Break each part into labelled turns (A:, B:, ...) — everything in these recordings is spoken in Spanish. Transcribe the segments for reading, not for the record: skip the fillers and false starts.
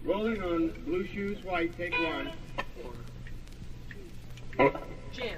A: Rolling on Blue Shoes White, take one. Jam.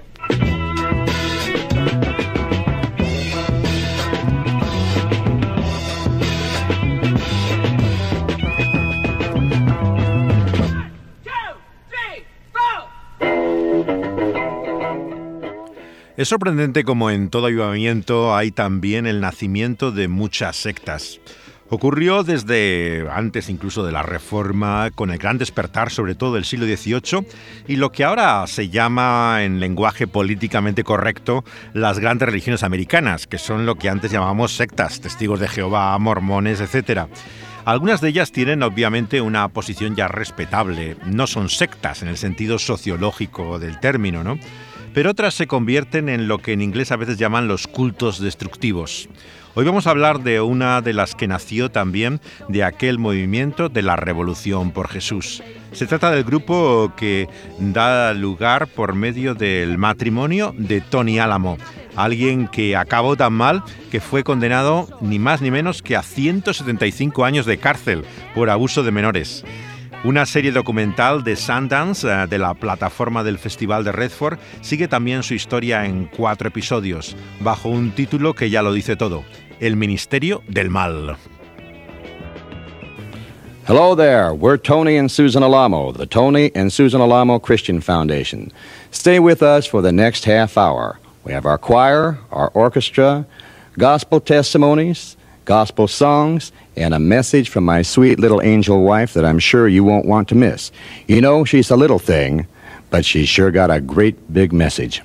B: Es sorprendente como en todo avivamiento hay también el nacimiento de muchas sectas. Ocurrió desde antes incluso de la Reforma, con el gran despertar sobre todo del siglo XVIII y lo que ahora se llama en lenguaje políticamente correcto las grandes religiones americanas, que son lo que antes llamábamos sectas, testigos de Jehová, mormones, etc. Algunas de ellas tienen obviamente una posición ya respetable, no son sectas en el sentido sociológico del término, ¿no? Pero otras se convierten en lo que en inglés a veces llaman los cultos destructivos. Hoy vamos a hablar de una de las que nació también de aquel movimiento de la Revolución por Jesús. Se trata del grupo que da lugar por medio del matrimonio de Tony Alamo, alguien que acabó tan mal que fue condenado ni más ni menos que a 175 años de cárcel por abuso de menores. Una serie documental de Sundance, de la plataforma del Festival de Redford, sigue también su historia en 4 episodios, bajo un título que ya lo dice todo: El Ministerio del Mal.
C: Hello there, we're Tony and Susan Alamo, the Tony and Susan Alamo Christian Foundation. Stay with us for the next half hour. We have our choir, our orchestra, gospel testimonies, gospel songs, and a message from my sweet little angel wife that I'm sure you won't want to miss. You know, she's a little thing, but she's sure got a great big message.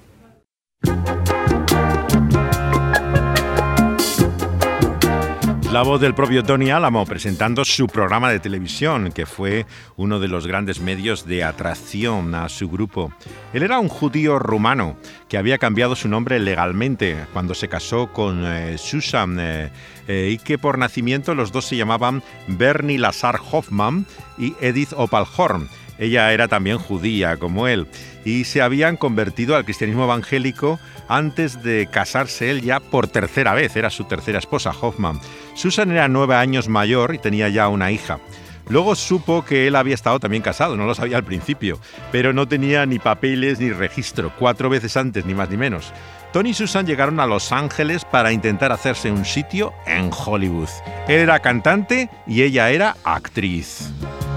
B: La voz del propio Tony Alamo presentando su programa de televisión, que fue uno de los grandes medios de atracción a su grupo. Él era un judío rumano que había cambiado su nombre legalmente cuando se casó con Susan y que por nacimiento los dos se llamaban Bernie Lazar Hoffman y Edith Opalhorn. Ella era también judía como él y se habían convertido al cristianismo evangélico antes de casarse él ya por tercera vez. Era su tercera esposa, Hoffman. Susan era 9 años mayor y tenía ya una hija. Luego supo que él había estado también casado, no lo sabía al principio, pero no tenía ni papeles ni registro, 4 veces antes, ni más ni menos. Tony y Susan llegaron a Los Ángeles para intentar hacerse un sitio en Hollywood. Él era cantante y ella era actriz.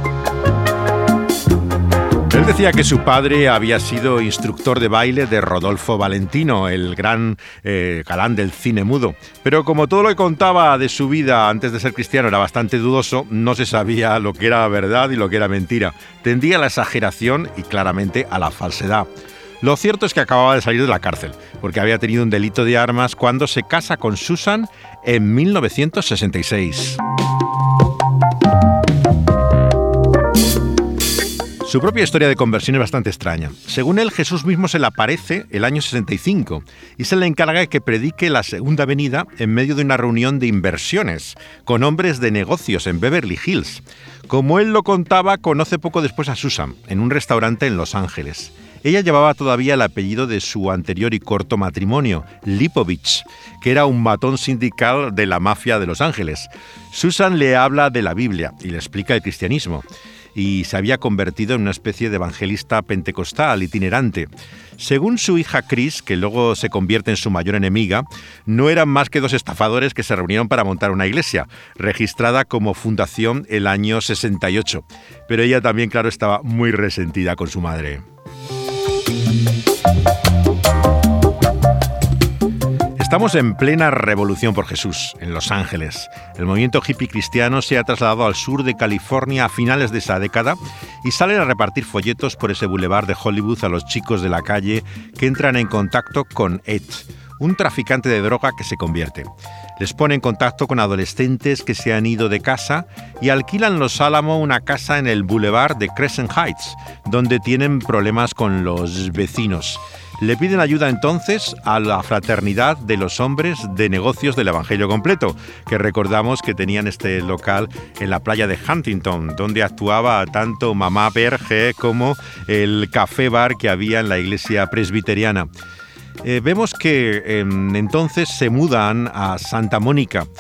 B: Él decía que su padre había sido instructor de baile de Rodolfo Valentino, el gran galán del cine mudo. Pero como todo lo que contaba de su vida antes de ser cristiano era bastante dudoso, no se sabía lo que era verdad y lo que era mentira. Tendía a la exageración y claramente a la falsedad. Lo cierto es que acababa de salir de la cárcel, porque había tenido un delito de armas cuando se casa con Susan en 1966. Su propia historia de conversión es bastante extraña. Según él, Jesús mismo se le aparece el año 65 y se le encarga de que predique la segunda venida en medio de una reunión de inversiones con hombres de negocios en Beverly Hills. Como él lo contaba, conoce poco después a Susan en un restaurante en Los Ángeles. Ella llevaba todavía el apellido de su anterior y corto matrimonio, Lipovich, que era un matón sindical de la mafia de Los Ángeles. Susan le habla de la Biblia y le explica el cristianismo. Y se había convertido en una especie de evangelista pentecostal itinerante. Según su hija Chris, que luego se convierte en su mayor enemiga, no eran más que 2 estafadores que se reunieron para montar una iglesia, registrada como fundación el año 68. Pero ella también, claro, estaba muy resentida con su madre. Estamos en plena Revolución por Jesús, en Los Ángeles. El movimiento hippie cristiano se ha trasladado al sur de California a finales de esa década y salen a repartir folletos por ese bulevar de Hollywood a los chicos de la calle que entran en contacto con Ed, un traficante de droga que se convierte. Les pone en contacto con adolescentes que se han ido de casa y alquilan los Álamo una casa en el bulevar de Crescent Heights, donde tienen problemas con los vecinos. Le piden ayuda entonces a la fraternidad de los hombres de negocios del Evangelio Completo, que recordamos que tenían este local en la playa de Huntington, donde actuaba tanto Mamá Berge como el café bar que había en la iglesia presbiteriana. Vemos que entonces se mudan a Santa Mónica,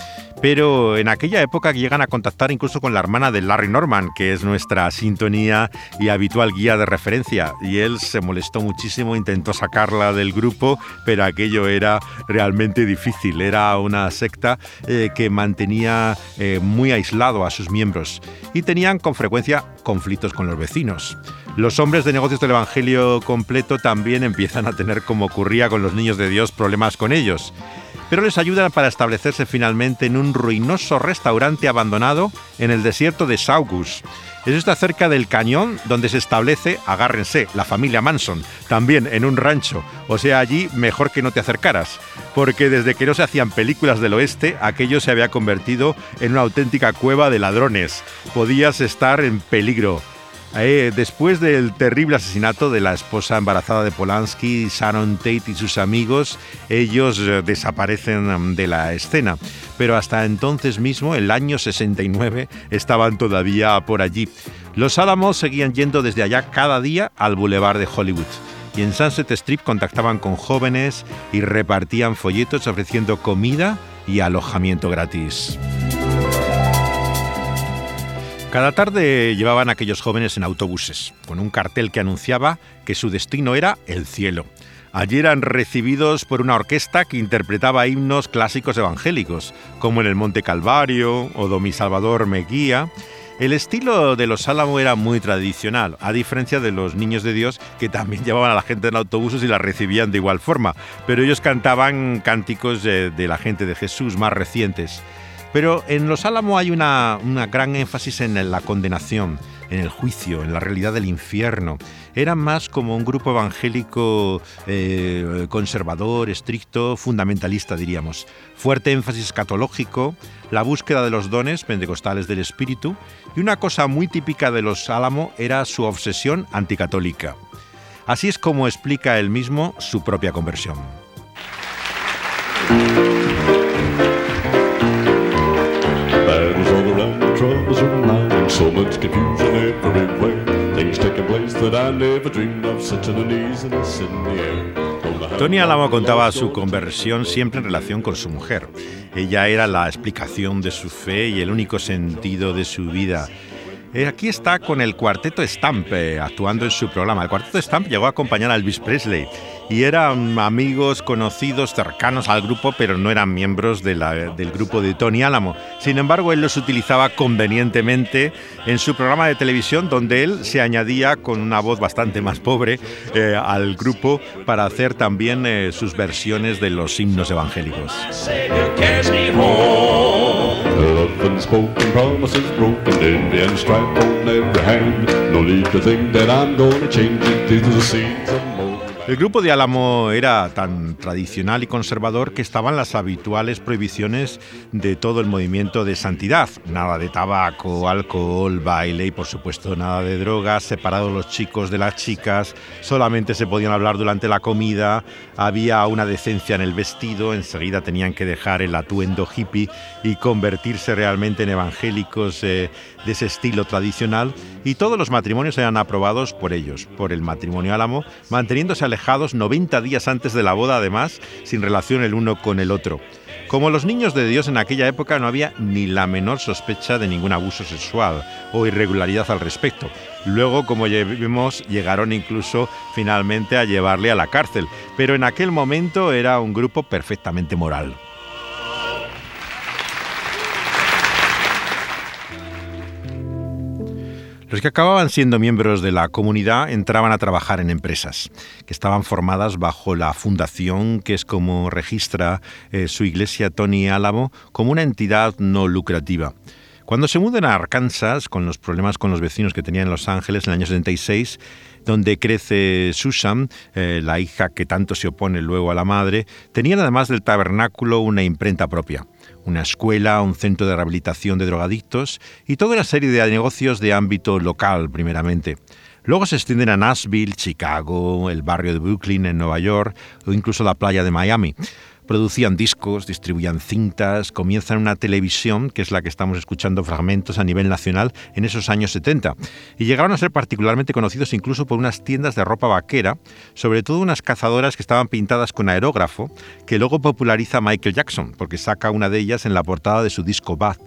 B: pero en aquella época llegan a contactar incluso con la hermana de Larry Norman, que es nuestra sintonía y habitual guía de referencia, y él se molestó muchísimo, intentó sacarla del grupo, pero aquello era realmente difícil. Era una secta que mantenía muy aislado a sus miembros y tenían con frecuencia conflictos con los vecinos. Los hombres de negocios del Evangelio completo también empiezan a tener, como ocurría con los niños de Dios, problemas con ellos, pero les ayudan para establecerse finalmente en un ruinoso restaurante abandonado en el desierto de Saugus. Eso está cerca del cañón donde se establece, agárrense, la familia Manson, también en un rancho. O sea, allí mejor que no te acercaras, porque desde que no se hacían películas del oeste, aquello se había convertido en una auténtica cueva de ladrones. Podías estar en peligro. Después del terrible asesinato de la esposa embarazada de Polanski, Sharon Tate y sus amigos, ellos desaparecen de la escena. Pero hasta entonces mismo, el año 69, estaban todavía por allí. Los Álamos seguían yendo desde allá cada día al Boulevard de Hollywood. Y en Sunset Strip contactaban con jóvenes y repartían folletos ofreciendo comida y alojamiento gratis. Cada tarde llevaban a aquellos jóvenes en autobuses, con un cartel que anunciaba que su destino era el cielo. Allí eran recibidos por una orquesta que interpretaba himnos clásicos evangélicos, como En el Monte Calvario o Do mi Salvador me guía. El estilo de los Álamo era muy tradicional, a diferencia de los Niños de Dios, que también llevaban a la gente en autobuses y la recibían de igual forma, pero ellos cantaban cánticos de la gente de Jesús más recientes. Pero en los Álamo hay una gran énfasis en la condenación, en el juicio, en la realidad del infierno. Eran más como un grupo evangélico conservador, estricto, fundamentalista, diríamos. Fuerte énfasis escatológico, la búsqueda de los dones pentecostales del Espíritu, y una cosa muy típica de los Álamo era su obsesión anticatólica. Así es como explica él mismo su propia conversión.
D: Troubles around, so much confusion everywhere. Things taking place that I never dreamed of, such an uneasiness in the air.
B: Tony Álamo contaba su conversión siempre en relación con su mujer. Ella era la explicación de su fe y el único sentido de su vida. Aquí está con el Cuarteto Stamp actuando en su programa. El Cuarteto Stamp llegó a acompañar a Elvis Presley y eran amigos conocidos cercanos al grupo, pero no eran miembros del grupo de Tony Álamo. Sin embargo, él los utilizaba convenientemente en su programa de televisión, donde él se añadía con una voz bastante más pobre al grupo para hacer también sus versiones de los himnos evangélicos. El grupo de Álamo era tan tradicional y conservador que estaban las habituales prohibiciones de todo el movimiento de santidad. Nada de tabaco, alcohol, baile y por supuesto nada de drogas, separados los chicos de las chicas, solamente se podían hablar durante la comida, había una decencia en el vestido, enseguida tenían que dejar el atuendo hippie y convertirse realmente en evangélicos de ese estilo tradicional, y todos los matrimonios eran aprobados por ellos, por el matrimonio Álamo, manteniéndose alejados 90 días antes de la boda, además, sin relación el uno con el otro. Como los Niños de Dios, en aquella época no había ni la menor sospecha de ningún abuso sexual o irregularidad al respecto. Luego, como ya vimos, llegaron incluso finalmente a llevarle a la cárcel, pero en aquel momento era un grupo perfectamente moral. Los que acababan siendo miembros de la comunidad entraban a trabajar en empresas que estaban formadas bajo la fundación, que es como registra su iglesia Tony Álamo, como una entidad no lucrativa. Cuando se mudan a Arkansas, con los problemas con los vecinos que tenían en Los Ángeles en el año 76, donde crece Susan, la hija que tanto se opone luego a la madre, tenían además del tabernáculo una imprenta propia. Una escuela, un centro de rehabilitación de drogadictos y toda una serie de negocios de ámbito local, primeramente. Luego se extienden a Nashville, Chicago, el barrio de Brooklyn en Nueva York o incluso la playa de Miami. Producían discos, distribuían cintas, comienzan una televisión, que es la que estamos escuchando fragmentos a nivel nacional en esos años 70. Y llegaron a ser particularmente conocidos incluso por unas tiendas de ropa vaquera, sobre todo unas cazadoras que estaban pintadas con aerógrafo, que luego populariza Michael Jackson, porque saca una de ellas en la portada de su disco Bath.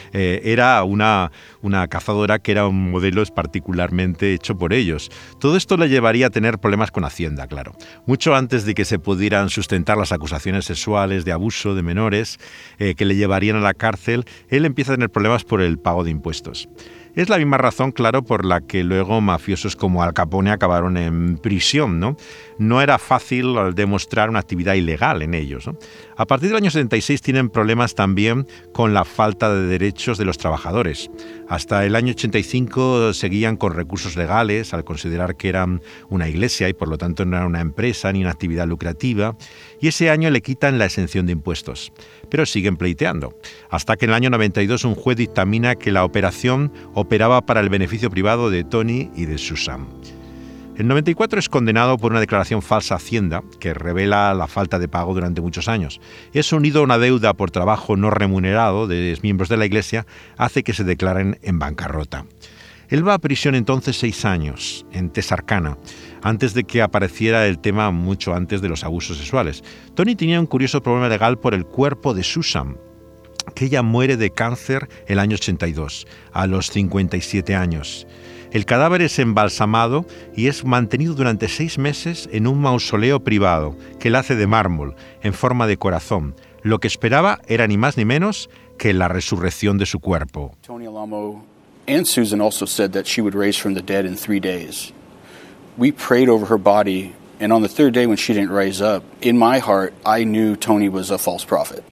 B: Era una cazadora que era un modelo particularmente hecho por ellos. Todo esto le llevaría a tener problemas con Hacienda, claro. Mucho antes de que se pudieran sustentar las acusaciones sexuales de abuso de menores que le llevarían a la cárcel, él empieza a tener problemas por el pago de impuestos. Es la misma razón, claro, por la que luego mafiosos como Al Capone acabaron en prisión, ¿no? No era fácil demostrar una actividad ilegal en ellos, ¿no? A partir del año 76 tienen problemas también con la falta de derechos de los trabajadores. Hasta el año 85 seguían con recursos legales al considerar que eran una iglesia y por lo tanto no era una empresa ni una actividad lucrativa, y ese año le quitan la exención de impuestos. Pero siguen pleiteando, hasta que en el año 92 un juez dictamina que la operación operaba para el beneficio privado de Tony y de Susan. En 94 es condenado por una declaración falsa a Hacienda que revela la falta de pago durante muchos años. Eso, unido a una deuda por trabajo no remunerado de miembros de la Iglesia, hace que se declaren en bancarrota. Él va a prisión entonces 6 años, en Texarkana, antes de que apareciera el tema mucho antes de los abusos sexuales. Tony tenía un curioso problema legal por el cuerpo de Susan, que ella muere de cáncer el año 82, a los 57 años. El cadáver es embalsamado y es mantenido durante 6 meses en un mausoleo privado que él hace de mármol, en forma de corazón. Lo que esperaba era ni más ni menos que la resurrección de su cuerpo.
E: Tony Alamo and Susan also said that she would raise from the dead in 3 days. We prayed over her body, and on the 3rd day when she didn't rise up, in my heart, I knew Tony was a false prophet.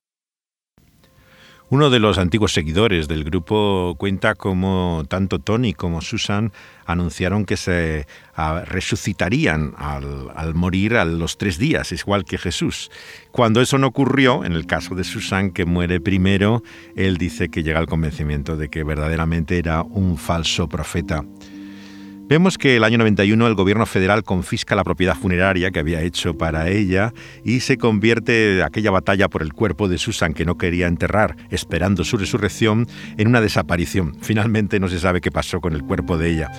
B: Uno de los antiguos seguidores del grupo cuenta cómo tanto Tony como Susan anunciaron que se resucitarían al morir a los 3 días, igual que Jesús. Cuando eso no ocurrió, en el caso de Susan, que muere primero, él dice que llega al convencimiento de que verdaderamente era un falso profeta. Vemos que el año 91 el gobierno federal confisca la propiedad funeraria que había hecho para ella y se convierte aquella batalla por el cuerpo de Susan que no quería enterrar, esperando su resurrección, en una desaparición. Finalmente no se sabe qué pasó con el cuerpo de ella.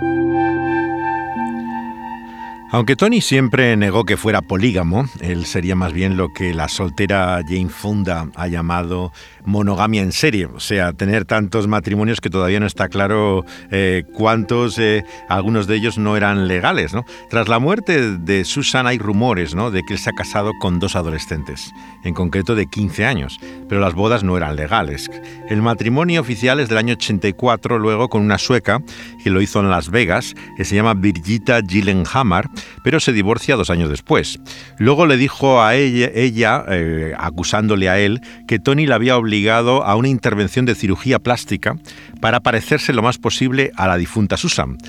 B: Aunque Tony siempre negó que fuera polígamo, él sería más bien lo que la soltera Jane Fonda ha llamado monogamia en serie, o sea, tener tantos matrimonios que todavía no está claro cuántos, algunos de ellos no eran legales, ¿no? Tras la muerte de Susan hay rumores, ¿no?, de que él se ha casado con 2 adolescentes, en concreto de 15 años, pero las bodas no eran legales. El matrimonio oficial es del año 84, luego con una sueca que lo hizo en Las Vegas, que se llama Birgitta Gyllenhammar, pero se divorcia 2 años después. Luego le dijo a ella acusándole a él, que Tony la había obligado a una intervención de cirugía plástica para parecerse lo más posible a la difunta Susan.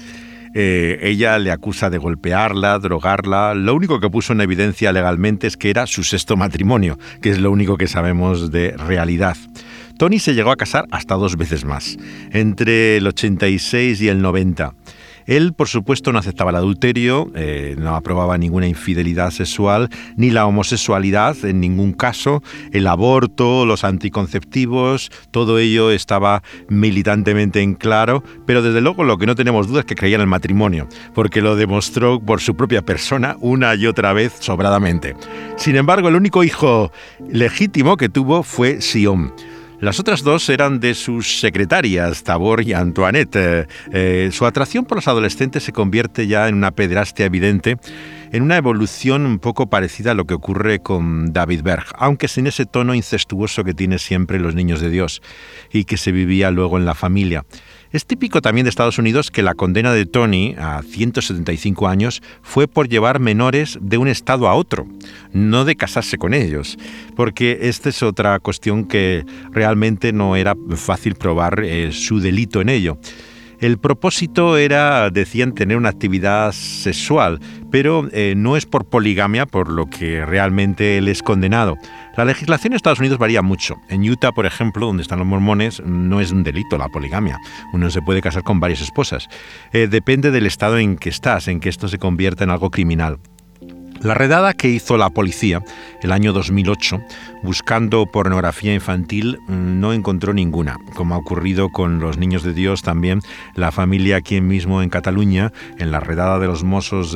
B: Ella le acusa de golpearla, drogarla. Lo único que puso en evidencia legalmente es que era su 6º matrimonio, que es lo único que sabemos de realidad. Tony se llegó a casar hasta 2 veces más, entre el 86 y el 90. Él, por supuesto, no aceptaba el adulterio, no aprobaba ninguna infidelidad sexual, ni la homosexualidad en ningún caso, el aborto, los anticonceptivos, todo ello estaba militantemente en claro, pero desde luego lo que no tenemos duda es que creía en el matrimonio, porque lo demostró por su propia persona una y otra vez sobradamente. Sin embargo, el único hijo legítimo que tuvo fue Sion. Las otras 2 eran de sus secretarias, Tabor y Antoinette. Su atracción por los adolescentes se convierte ya en una pederastia evidente, en una evolución un poco parecida a lo que ocurre con David Berg, aunque sin ese tono incestuoso que tiene siempre Los Niños de Dios y que se vivía luego en la familia. Es típico también de Estados Unidos que la condena de Tony a 175 años fue por llevar menores de un estado a otro, no de casarse con ellos, porque esta es otra cuestión que realmente no era fácil probar su delito en ello. El propósito era, decían, tener una actividad sexual, pero no es por poligamia por lo que realmente él es condenado. La legislación en Estados Unidos varía mucho. En Utah, por ejemplo, donde están los mormones, no es un delito la poligamia. Uno se puede casar con varias esposas. Depende del estado en que estás, en que esto se convierta en algo criminal. La redada que hizo la policía el año 2008 buscando pornografía infantil no encontró ninguna. Como ha ocurrido con los Niños de Dios también, la familia aquí mismo en Cataluña, en la redada de los Mossos,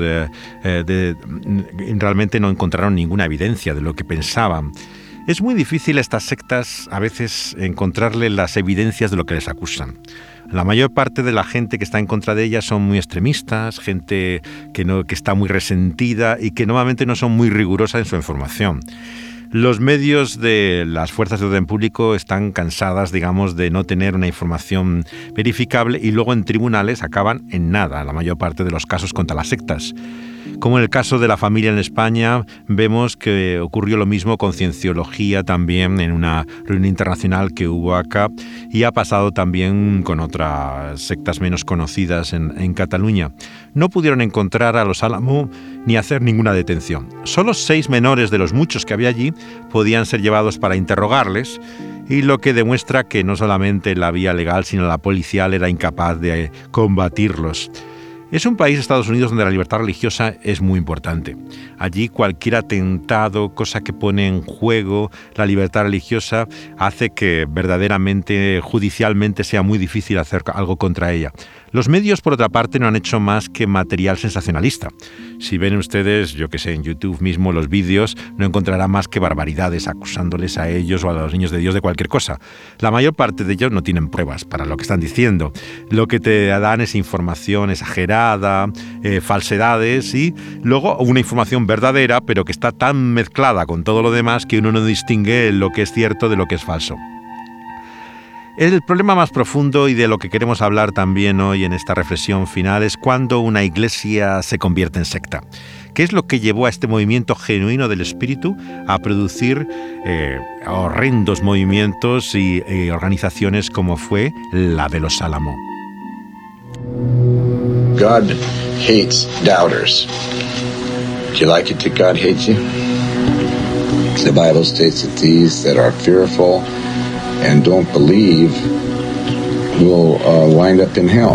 B: realmente no encontraron ninguna evidencia de lo que pensaban. Es muy difícil a estas sectas a veces encontrarle las evidencias de lo que les acusan. La mayor parte de la gente que está en contra de ellas son muy extremistas, gente que está muy resentida y que normalmente no son muy rigurosas en su información. Los medios de las fuerzas de orden público están cansadas, digamos, de no tener una información verificable y luego en tribunales acaban en nada, la mayor parte de los casos contra las sectas. Como en el caso de la familia en España, vemos que ocurrió lo mismo con Cienciología también en una reunión internacional que hubo acá y ha pasado también con otras sectas menos conocidas en Cataluña. No pudieron encontrar a los Álamo ni hacer ninguna detención. Solo 6 menores de los muchos que había allí podían ser llevados para interrogarles, y lo que demuestra que no solamente la vía legal sino la policial era incapaz de combatirlos. Es un país, Estados Unidos, donde la libertad religiosa es muy importante. Allí cualquier atentado, cosa que pone en juego la libertad religiosa, hace que verdaderamente, judicialmente, sea muy difícil hacer algo contra ella. Los medios, por otra parte, no han hecho más que material sensacionalista. Si ven ustedes, yo que sé, en YouTube mismo los vídeos, no encontrarán más que barbaridades acusándoles a ellos o a los Niños de Dios de cualquier cosa. La mayor parte de ellos no tienen pruebas para lo que están diciendo. Lo que te dan es información exagerada, falsedades y luego una información verdadera, pero que está tan mezclada con todo lo demás que uno no distingue lo que es cierto de lo que es falso. El problema más profundo y de lo que queremos hablar también hoy en esta reflexión final es cuando una iglesia se convierte en secta. ¿Qué es lo que llevó a este movimiento genuino del espíritu a producir horrendos movimientos y organizaciones como fue la de los Álamo?
F: God hates doubters. Do you like it that God hates you? The Bible states that these that are fearful and don't believe will wind up in hell.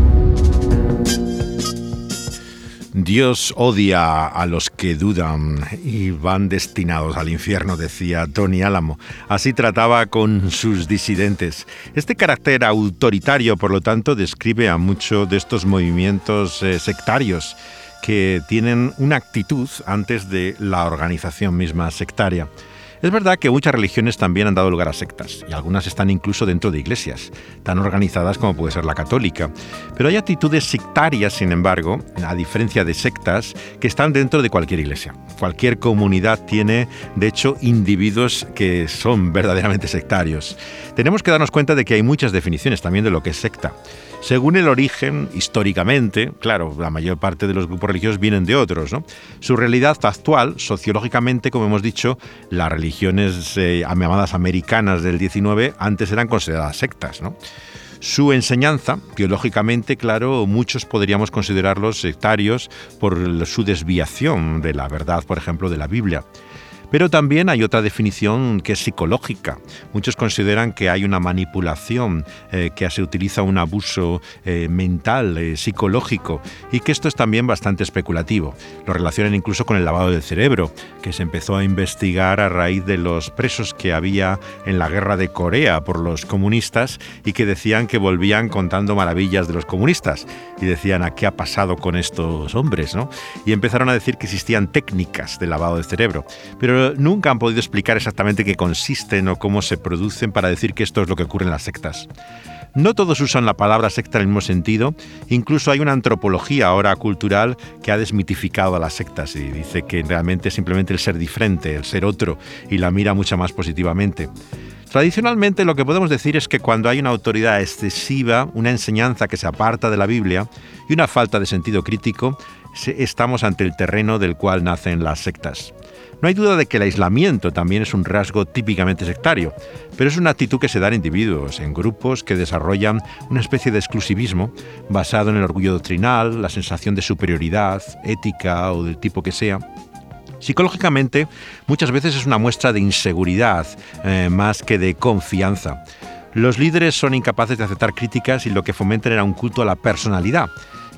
B: Dios odia a los que dudan y van destinados al infierno, decía Tony Álamo. Así trataba con sus disidentes. Este carácter autoritario, por lo tanto, describe a muchos de estos movimientos sectarios que tienen una actitud antes de la organización misma sectaria. Es verdad que muchas religiones también han dado lugar a sectas, y algunas están incluso dentro de iglesias, tan organizadas como puede ser la católica. Pero hay actitudes sectarias, sin embargo, a diferencia de sectas, que están dentro de cualquier iglesia. Cualquier comunidad tiene, de hecho, individuos que son verdaderamente sectarios. Tenemos que darnos cuenta de que hay muchas definiciones también de lo que es secta. Según el origen, históricamente, claro, la mayor parte de los grupos religiosos vienen de otros, ¿no? Su realidad actual, sociológicamente, como hemos dicho, las religiones llamadas americanas del 19 antes eran consideradas sectas, ¿no? Su enseñanza, teológicamente, claro, muchos podríamos considerarlos sectarios por su desviación de la verdad, por ejemplo, de la Biblia. Pero también hay otra definición que es psicológica. Muchos consideran que hay una manipulación, que se utiliza un abuso mental, psicológico, y que esto es también bastante especulativo. Lo relacionan incluso con el lavado del cerebro, que se empezó a investigar a raíz de los presos que había en la guerra de Corea por los comunistas y que decían que volvían contando maravillas de los comunistas. Y decían, ¿a qué ha pasado con estos hombres, ¿no? Y empezaron a decir que existían técnicas de lavado de cerebro. Pero nunca han podido explicar exactamente qué consisten o cómo se producen para decir que esto es lo que ocurre en las sectas. No todos usan la palabra secta en el mismo sentido, incluso hay una antropología ahora cultural que ha desmitificado a las sectas y dice que realmente es simplemente el ser diferente, el ser otro, y la mira mucho más positivamente. Tradicionalmente lo que podemos decir es que cuando hay una autoridad excesiva, una enseñanza que se aparta de la Biblia y una falta de sentido crítico, estamos ante el terreno del cual nacen las sectas. No hay duda de que el aislamiento también es un rasgo típicamente sectario, pero es una actitud que se da en individuos, en grupos que desarrollan una especie de exclusivismo basado en el orgullo doctrinal, la sensación de superioridad, ética o del tipo que sea. Psicológicamente, muchas veces es una muestra de inseguridad más que de confianza. Los líderes son incapaces de aceptar críticas y lo que fomentan era un culto a la personalidad,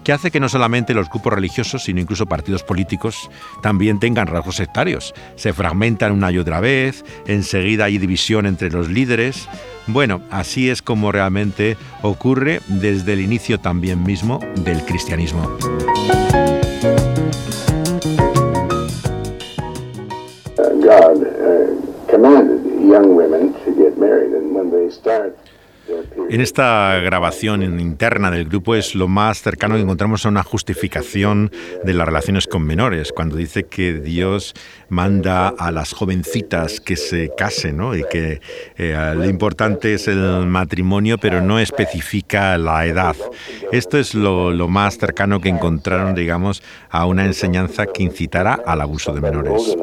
B: que hace que no solamente los grupos religiosos, sino incluso partidos políticos, también tengan rasgos sectarios. Se fragmentan una y otra vez, enseguida hay división entre los líderes. Bueno, así es como realmente ocurre desde el inicio también mismo del cristianismo.
F: God commanded young women to get married, and when they start their period.
B: En esta grabación interna del grupo es lo más cercano que encontramos a una justificación de las relaciones con menores, cuando dice que Dios manda a las jovencitas que se casen, ¿no? Y que lo importante es el matrimonio, pero no especifica la edad. Esto es lo más cercano que encontraron, digamos, a una enseñanza que incitara al abuso de menores.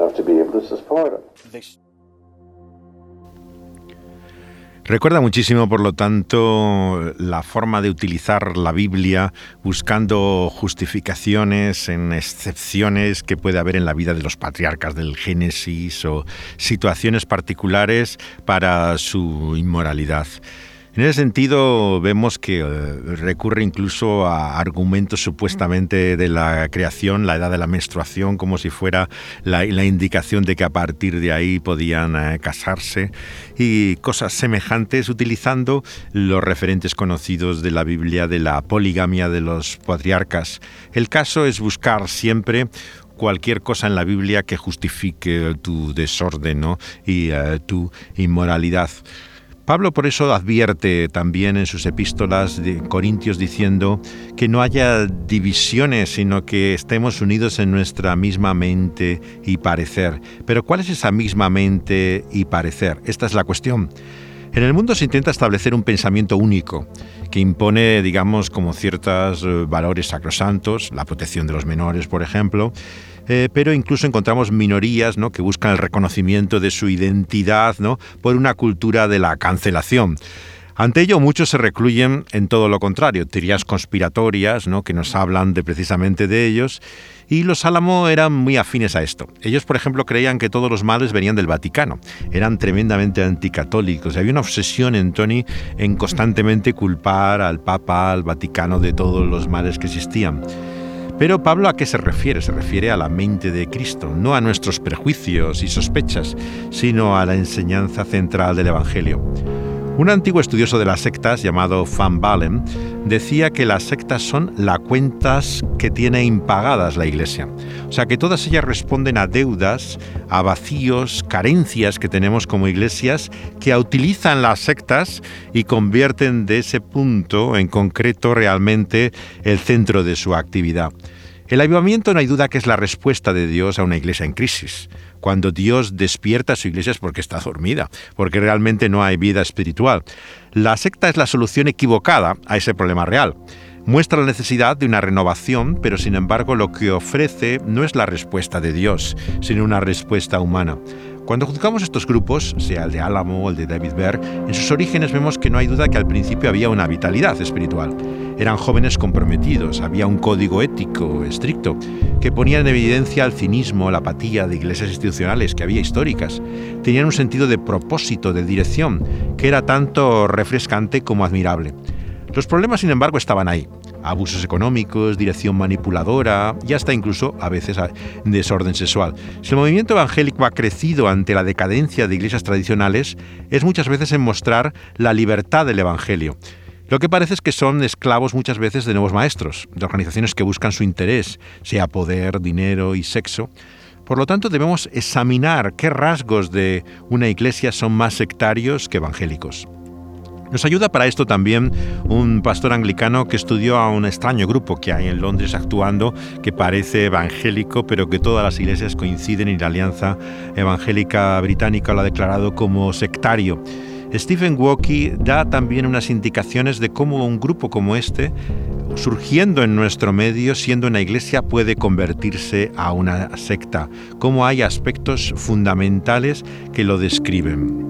B: Recuerda muchísimo, por lo tanto, la forma de utilizar la Biblia buscando justificaciones en excepciones que puede haber en la vida de los patriarcas del Génesis o situaciones particulares para su inmoralidad. En ese sentido, vemos que recurre incluso a argumentos supuestamente de la creación, la edad de la menstruación, como si fuera la indicación de que a partir de ahí podían casarse, y cosas semejantes, utilizando los referentes conocidos de la Biblia de la poligamia de los patriarcas. El caso es buscar siempre cualquier cosa en la Biblia que justifique tu desorden, ¿no? Y tu inmoralidad. Pablo por eso advierte también en sus epístolas de Corintios diciendo que no haya divisiones, sino que estemos unidos en nuestra misma mente y parecer. Pero ¿cuál es esa misma mente y parecer? Esta es la cuestión. En el mundo se intenta establecer un pensamiento único que impone, digamos, como ciertos valores sacrosantos, la protección de los menores, por ejemplo, pero incluso encontramos minorías, ¿no?, que buscan el reconocimiento de su identidad, ¿no?, por una cultura de la cancelación. Ante ello, muchos se recluyen en todo lo contrario, teorías conspiratorias, ¿no?, que nos hablan precisamente de ellos, y los Álamo eran muy afines a esto. Ellos, por ejemplo, creían que todos los males venían del Vaticano, eran tremendamente anticatólicos, había una obsesión en Tony en constantemente culpar al Papa, al Vaticano, de todos los males que existían. Pero Pablo, ¿a qué se refiere? Se refiere a la mente de Cristo, no a nuestros prejuicios y sospechas, sino a la enseñanza central del Evangelio. Un antiguo estudioso de las sectas, llamado Van Balen, decía que las sectas son las cuentas que tiene impagadas la Iglesia. O sea, que todas ellas responden a deudas, a vacíos, carencias que tenemos como iglesias, que utilizan las sectas y convierten de ese punto en concreto realmente el centro de su actividad. El avivamiento no hay duda que es la respuesta de Dios a una iglesia en crisis. Cuando Dios despierta a su iglesia es porque está dormida, porque realmente no hay vida espiritual. La secta es la solución equivocada a ese problema real. Muestra la necesidad de una renovación, pero sin embargo lo que ofrece no es la respuesta de Dios, sino una respuesta humana. Cuando juzgamos estos grupos, sea el de Álamo o el de David Berg, en sus orígenes vemos que no hay duda que al principio había una vitalidad espiritual. Eran jóvenes comprometidos, había un código ético estricto que ponía en evidencia el cinismo, la apatía de iglesias institucionales que había históricas. Tenían un sentido de propósito, de dirección, que era tanto refrescante como admirable. Los problemas, sin embargo, estaban ahí. Abusos económicos, dirección manipuladora y hasta incluso, a veces, desorden sexual. Si el movimiento evangélico ha crecido ante la decadencia de iglesias tradicionales, es muchas veces en mostrar la libertad del evangelio. Lo que parece es que son esclavos muchas veces de nuevos maestros, de organizaciones que buscan su interés, sea poder, dinero y sexo. Por lo tanto, debemos examinar qué rasgos de una iglesia son más sectarios que evangélicos. Nos ayuda para esto también un pastor anglicano que estudió a un extraño grupo que hay en Londres actuando, que parece evangélico, pero que todas las iglesias coinciden y la Alianza Evangélica Británica lo ha declarado como sectario. Stephen Walkie da también unas indicaciones de cómo un grupo como este, surgiendo en nuestro medio, siendo una iglesia, puede convertirse a una secta, cómo hay aspectos fundamentales que lo describen.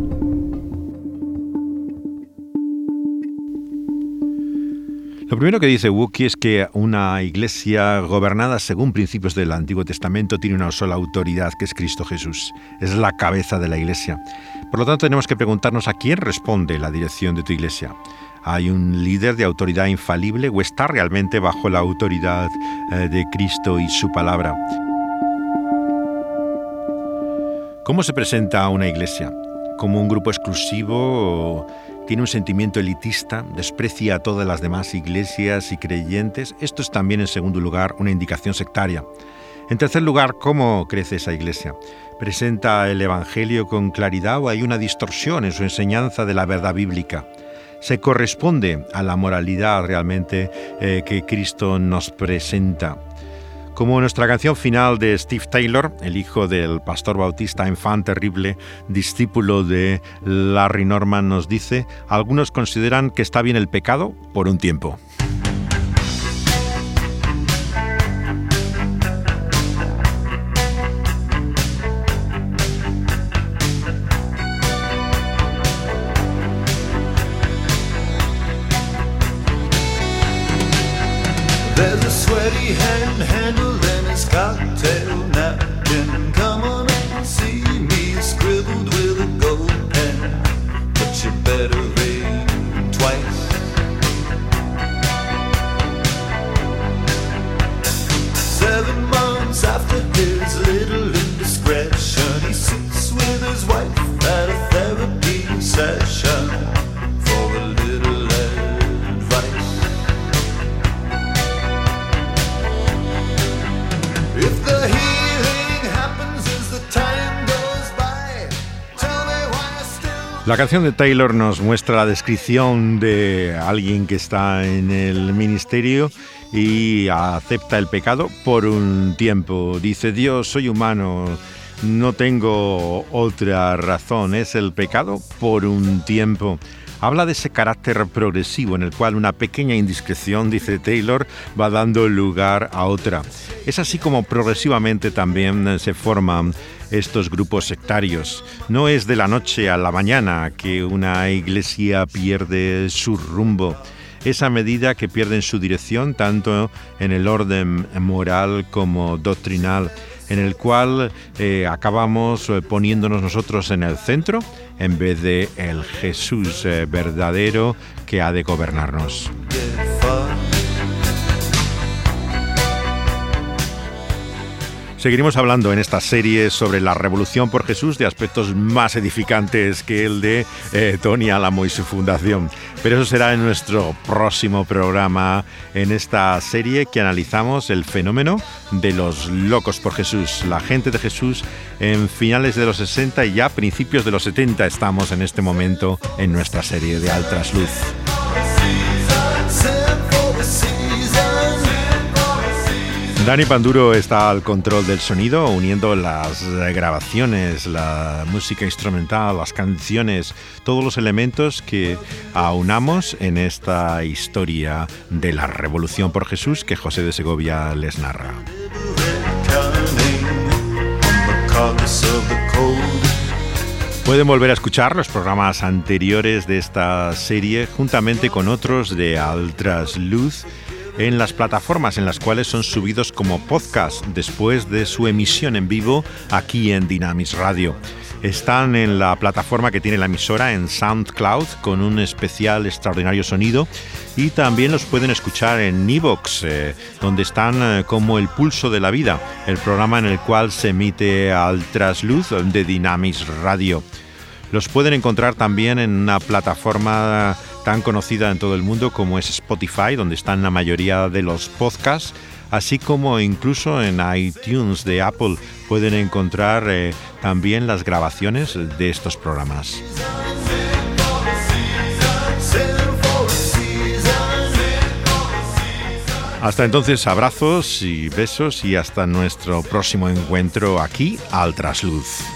B: Lo primero que dice Walkie es que una iglesia gobernada según principios del Antiguo Testamento tiene una sola autoridad, que es Cristo Jesús. Es la cabeza de la iglesia. Por lo tanto, tenemos que preguntarnos a quién responde la dirección de tu iglesia. ¿Hay un líder de autoridad infalible o está realmente bajo la autoridad de Cristo y su palabra? ¿Cómo se presenta una iglesia? ¿Como un grupo exclusivo? ¿Tiene un sentimiento elitista? ¿Desprecia a todas las demás iglesias y creyentes? Esto es también, en segundo lugar, una indicación sectaria. En tercer lugar, ¿cómo crece esa iglesia? ¿Presenta el Evangelio con claridad o hay una distorsión en su enseñanza de la verdad bíblica? ¿Se corresponde a la moralidad realmente que Cristo nos presenta? Como nuestra canción final de Steve Taylor, el hijo del pastor bautista enfant terrible, discípulo de Larry Norman, nos dice, algunos consideran que está bien el pecado por un tiempo.
G: There's a sweaty hand handling his cocktail napkin. Come on and see me scribbled with a gold pen, but you better read twice. 7 months after his little indiscretion, he sits with his wife at a therapy session for a little advice. If the healing happens as the time goes by, tell me why I still...
B: La canción de Taylor nos muestra la descripción de alguien que está en el ministerio y acepta el pecado por un tiempo. Dice, Dios, soy humano, no tengo otra razón, es el pecado por un tiempo. Habla de ese carácter progresivo en el cual una pequeña indiscreción, dice Taylor, va dando lugar a otra. Es así como progresivamente también se forman estos grupos sectarios. No es de la noche a la mañana que una iglesia pierde su rumbo. Es a medida que pierden su dirección tanto en el orden moral como doctrinal, en el cual acabamos poniéndonos nosotros en el centro en vez de el Jesús verdadero que ha de gobernarnos. Seguiremos hablando en esta serie sobre la revolución por Jesús de aspectos más edificantes que el de Tony Álamo y su fundación. Pero eso será en nuestro próximo programa en esta serie que analizamos el fenómeno de los locos por Jesús. La gente de Jesús en finales de los 60 y ya principios de los 70 estamos en este momento en nuestra serie de Al Trasluz. Dani Panduro está al control del sonido, uniendo las grabaciones, la música instrumental, las canciones, todos los elementos que aunamos en esta historia de la Revolución por Jesús que José de Segovia les narra. Pueden volver a escuchar los programas anteriores de esta serie juntamente con otros de Al Trasluz en las plataformas en las cuales son subidos como podcast después de su emisión en vivo aquí en Dynamis Radio. Están en la plataforma que tiene la emisora en SoundCloud con un especial extraordinario sonido y también los pueden escuchar en iVoox, donde están como El Pulso de la Vida, el programa en el cual se emite Al Trasluz de Dynamis Radio. Los pueden encontrar también en una plataforma tan conocida en todo el mundo como es Spotify, donde están la mayoría de los podcasts, así como incluso en iTunes de Apple pueden encontrar también las grabaciones de estos programas. Hasta entonces, abrazos y besos y hasta nuestro próximo encuentro aquí, Al Trasluz.